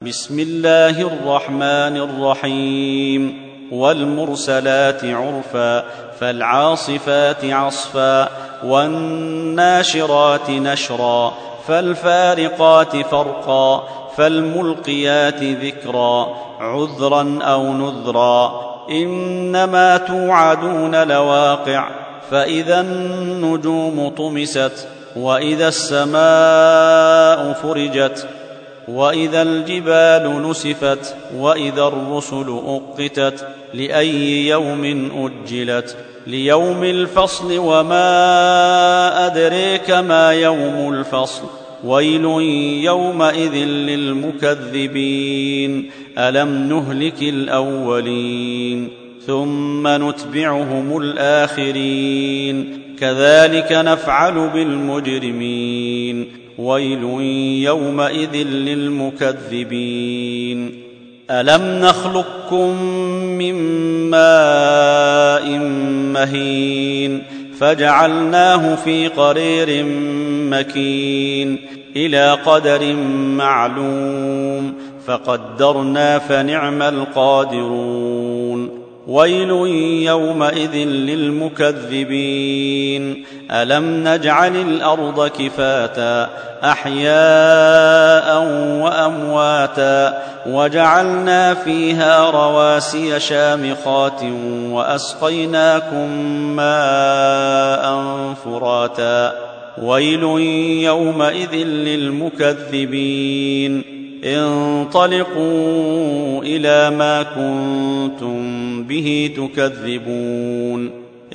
بسم الله الرحمن الرحيم والمرسلات عرفا فالعاصفات عصفا والناشرات نشرا فالفارقات فرقا فالملقيات ذكرا عذرا أو نذرا إنما توعدون لواقع فإذا النجوم طمست وإذا السماء فرجت وإذا الجبال نسفت وإذا الرسل أقتت لأي يوم أجلت ليوم الفصل وما أدريك ما يوم الفصل ويل يومئذ للمكذبين ألم نهلك الأولين ثم نتبعهم الآخرين كذلك نفعل بالمجرمين ويل يومئذ للمكذبين ألم نخلقكم من ماء مهين فجعلناه في قرير مكين إلى قدر معلوم فقدرنا فنعم القادرون ويل يومئذ للمكذبين ألم نجعل الأرض كفاتا أحياء وأمواتا وجعلنا فيها رواسي شامخات وأسقيناكم ماء فراتا ويل يومئذ للمكذبين انطلقوا إلى ما كنتم به تكذبون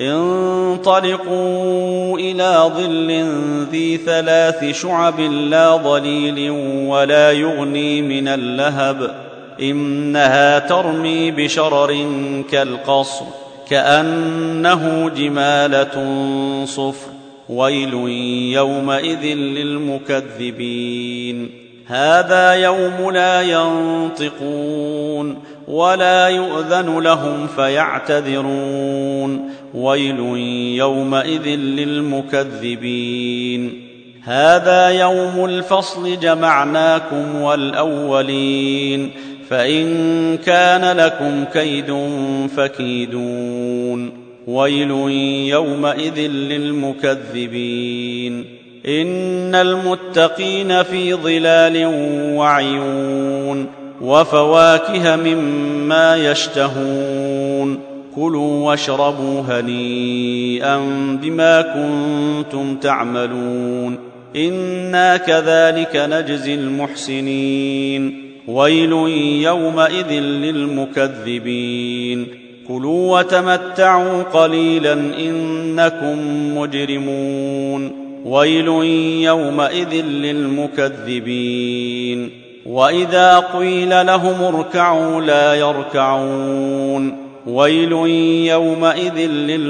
انطلقوا إلى ظل ذي 3 شعب لا ظليل ولا يغني من اللهب إنها ترمي بشرر كالقصر كأنه جمالة صفر ويل يومئذ للمكذبين هذا يوم لا ينطقون ولا يؤذن لهم فيعتذرون ويل يومئذ للمكذبين هذا يوم الفصل جمعناكم والأولين فإن كان لكم كيد فكيدون ويل يومئذ للمكذبين إن المتقين في ظلال وعيون وفواكه مما يشتهون كلوا واشربوا هنيئا بما كنتم تعملون إنا كذلك نجزي المحسنين ويل يومئذ للمكذبين كلوا وتمتعوا قليلا إنكم مجرمون ويل يومئذ للمكذبين وإذا قيل لهم اركعوا لا يركعون ويل يومئذ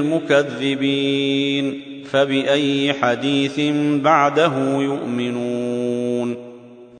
للمكذبين فبأي حديث بعده يؤمنون